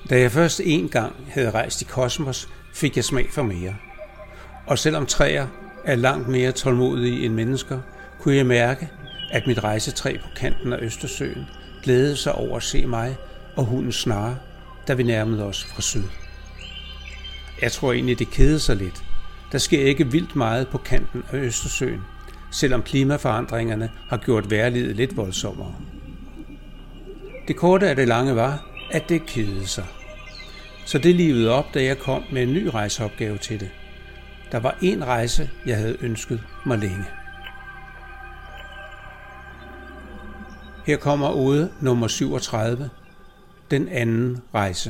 Da jeg først en gang havde rejst i kosmos, fik jeg smag for mere. Og selvom træer er langt mere tålmodige end mennesker, kunne jeg mærke, at mit rejsetræ på kanten af Østersøen glædede sig over at se mig og hunden Snare, da vi nærmede os fra syd. Jeg tror egentlig, det kedede sig lidt. Der sker ikke vildt meget på kanten af Østersøen, selvom klimaforandringerne har gjort vejrliget lidt voldsommere. Det korte af det lange var, at det kedede sig. Så det livede op, da jeg kom med en ny rejseopgave til det. Der var en rejse, jeg havde ønsket mig længe. Her kommer ode nummer 37, den anden rejse.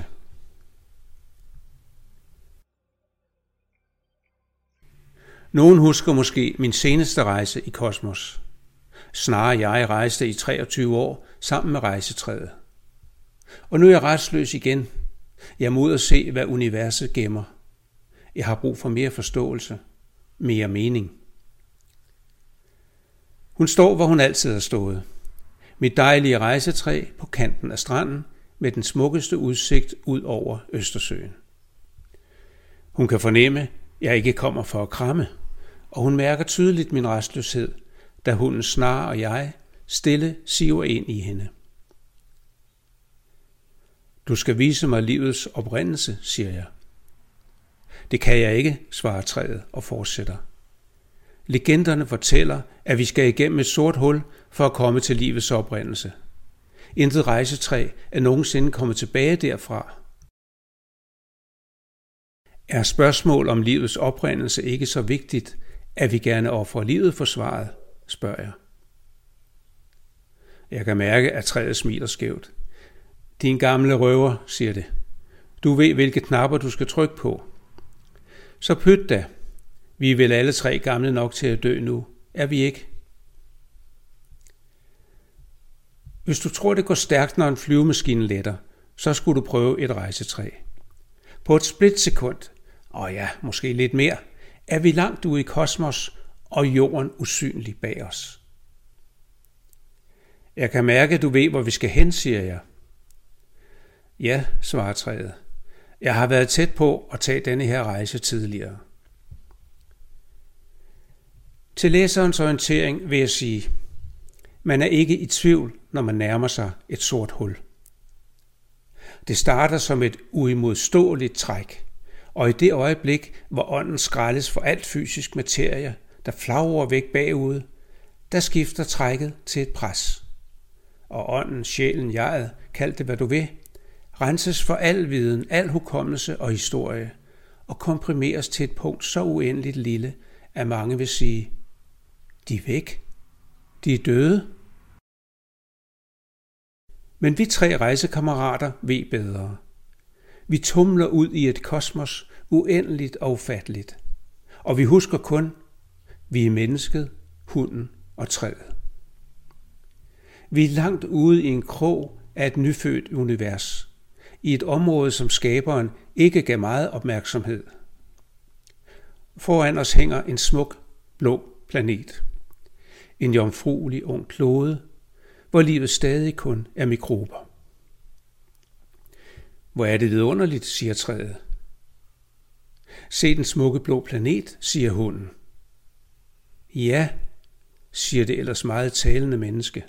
Nogen husker måske min seneste rejse i kosmos. Snarere jeg rejste i 23 år sammen med rejsetræet. Og nu er jeg restløs igen. Jeg må ud og se, hvad universet gemmer. Jeg har brug for mere forståelse, mere mening. Hun står, hvor hun altid har stået. Mit dejlige rejsetræ på kanten af stranden med den smukkeste udsigt ud over Østersøen. Hun kan fornemme, at jeg ikke kommer for at kramme, og hun mærker tydeligt min restløshed, da hunden Snare og jeg stille siver ind i hende. Du skal vise mig livets oprindelse, siger jeg. Det kan jeg ikke, svarer træet og fortsætter. Legenderne fortæller, at vi skal igennem et sort hul for at komme til livets oprindelse. Intet rejsetræ er nogensinde kommet tilbage derfra. Er spørgsmål om livets oprindelse ikke så vigtigt, at vi gerne ofrer livet for svaret, spørger jeg. Jeg kan mærke, at træet smiler skævt. Din gamle røver, siger det. Du ved, hvilke knapper du skal trykke på. Så pyt da. Vi er vel alle tre gamle nok til at dø nu. Er vi ikke? Hvis du tror, det går stærkt, når en flyvemaskine letter, så skulle du prøve et rejsetræ. På et splitsekund, og ja, måske lidt mere, er vi langt ude i kosmos og jorden usynlig bag os. Jeg kan mærke, at du ved, hvor vi skal hen, siger jeg. Ja, svarer træet. Jeg har været tæt på at tage denne her rejse tidligere. Til læserens orientering vil jeg sige, man er ikke i tvivl, når man nærmer sig et sort hul. Det starter som et uimodståeligt træk, og i det øjeblik, hvor ånden skrælles for alt fysisk materie, der flagrer væk bagude, der skifter trækket til et pres. Og ånden, sjælen, jeget, kald det hvad du vil, renses for al viden, al hukommelse og historie, og komprimeres til et punkt så uendeligt lille, at mange vil sige, de er væk, de er døde. Men vi tre rejsekammerater ved bedre. Vi tumler ud i et kosmos uendeligt og ufatteligt, og vi husker kun, vi er mennesket, hunden og træet. Vi er langt ude i en krog af et nyfødt univers, i et område, som skaberen ikke gav meget opmærksomhed. Foran os hænger en smuk, blå planet. En jomfruelig ung klode, hvor livet stadig kun er mikrober. Hvor er det vidunderligt, siger træet. Se den smukke blå planet, siger hunden. Ja, siger det ellers meget talende menneske.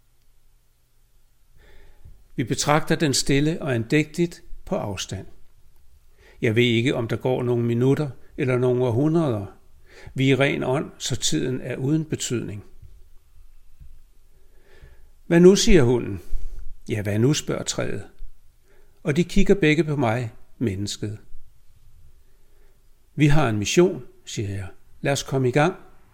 Vi betragter den stille og andægtigt på afstand. Jeg ved ikke, om der går nogle minutter eller nogle århundreder. Vi er i ren ånd, så tiden er uden betydning. Hvad nu, siger hunden? Ja, hvad nu, spørger træet. Og de kigger begge på mig, mennesket. Vi har en mission, siger jeg. Lad os komme i gang.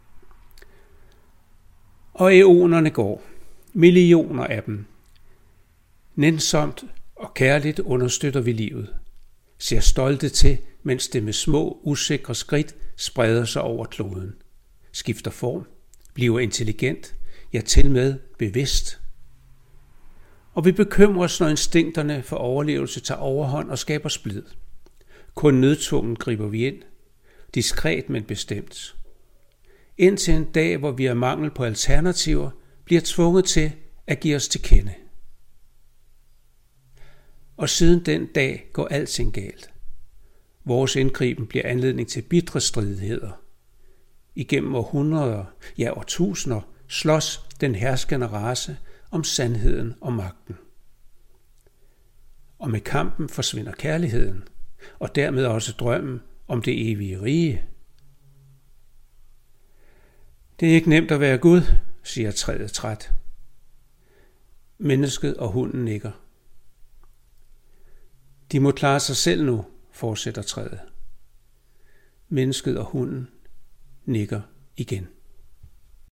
Og æonerne går. Millioner af dem. Nænsomt og kærligt understøtter vi livet. Ser stolte til, mens det med små, usikre skridt spreder sig over kloden. Skifter form, bliver intelligent, ja til med bevidst. Og vi bekymrer os, når instinkterne for overlevelse tager overhånd og skaber splid. Kun nødtvungen griber vi ind, diskret men bestemt. Indtil en dag, hvor vi har mangel på alternativer, bliver tvunget til at give os til kende. Og siden den dag går alting galt. Vores indgriben bliver anledning til bitre stridigheder. Igennem århundreder, ja årtusinder, slås den herskende race om sandheden og magten. Og med kampen forsvinder kærligheden, og dermed også drømmen om det evige rige. Det er ikke nemt at være Gud, siger træet træt. Mennesket og hunden nikker. De må klare sig selv nu, fortsætter træet. Mennesket og hunden nikker igen.